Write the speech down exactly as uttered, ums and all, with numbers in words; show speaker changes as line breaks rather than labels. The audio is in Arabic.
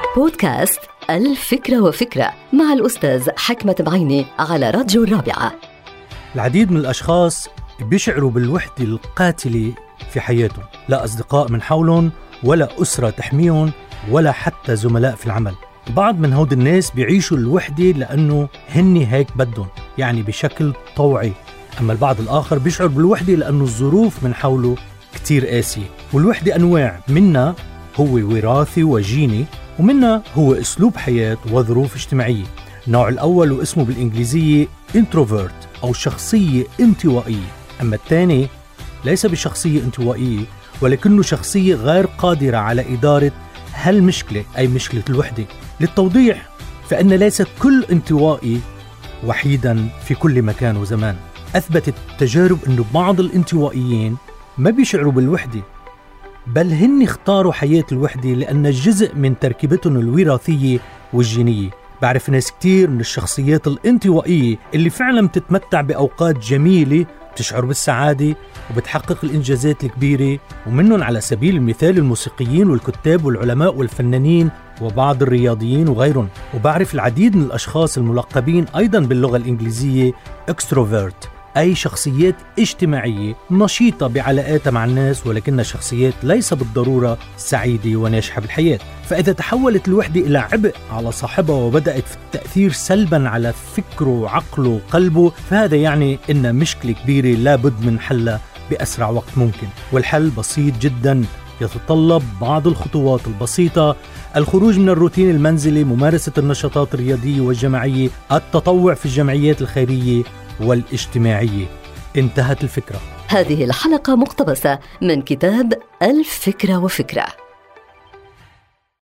بودكاست الفكرة وفكرة مع الأستاذ حكمة بعيني على راديو الرابعة.
العديد من الأشخاص بيشعروا بالوحدة القاتلة في حياتهم، لا أصدقاء من حولهم ولا أسرة تحميهم ولا حتى زملاء في العمل. بعض من هود الناس بيعيشوا الوحدة لأنه هني هيك بدهم، يعني بشكل طوعي. أما البعض الآخر بيشعر بالوحدة لأنه الظروف من حوله كتير قاسية. والوحدة أنواع، منها هو وراثي وجيني، ومنها هو أسلوب حياة وظروف اجتماعية. النوع الأول واسمه بالإنجليزية introvert أو شخصية انطوائية. أما الثاني ليس بشخصية انطوائية ولكنه شخصية غير قادرة على إدارة هالمشكلة، أي مشكلة الوحدة. للتوضيح، فإن ليس كل انطوائي وحيدا في كل مكان وزمان. أثبتت التجارب أنه بعض الانطوائيين ما بيشعروا بالوحدة، بل هن اختاروا حياة الوحدة لأن جزء من تركيبتهم الوراثية والجينية. بعرف ناس كتير من الشخصيات الانطوائية اللي فعلا بتتمتع بأوقات جميلة، بتشعر بالسعادة وبتحقق الإنجازات الكبيرة، ومنهم على سبيل المثال الموسيقيين والكتاب والعلماء والفنانين وبعض الرياضيين وغيرهم. وبعرف العديد من الأشخاص الملقبين أيضا باللغة الإنجليزية extrovert، أي شخصيات اجتماعية نشيطة بعلاقاتها مع الناس، ولكنها شخصيات ليس بالضرورة سعيدة وناجحة بالحياة. فإذا تحولت الوحدة إلى عبء على صاحبها وبدأت في التأثير سلبا على فكره وعقله وقلبه، فهذا يعني إن مشكلة كبيرة لابد من حلها بأسرع وقت ممكن. والحل بسيط جدا، يتطلب بعض الخطوات البسيطة: الخروج من الروتين المنزلي، ممارسة النشاطات الرياضية والجماعية، التطوع في الجمعيات الخيرية والاجتماعية. انتهت الفكرة.
هذه الحلقة مقتبسة من كتاب الفكرة وفكرة.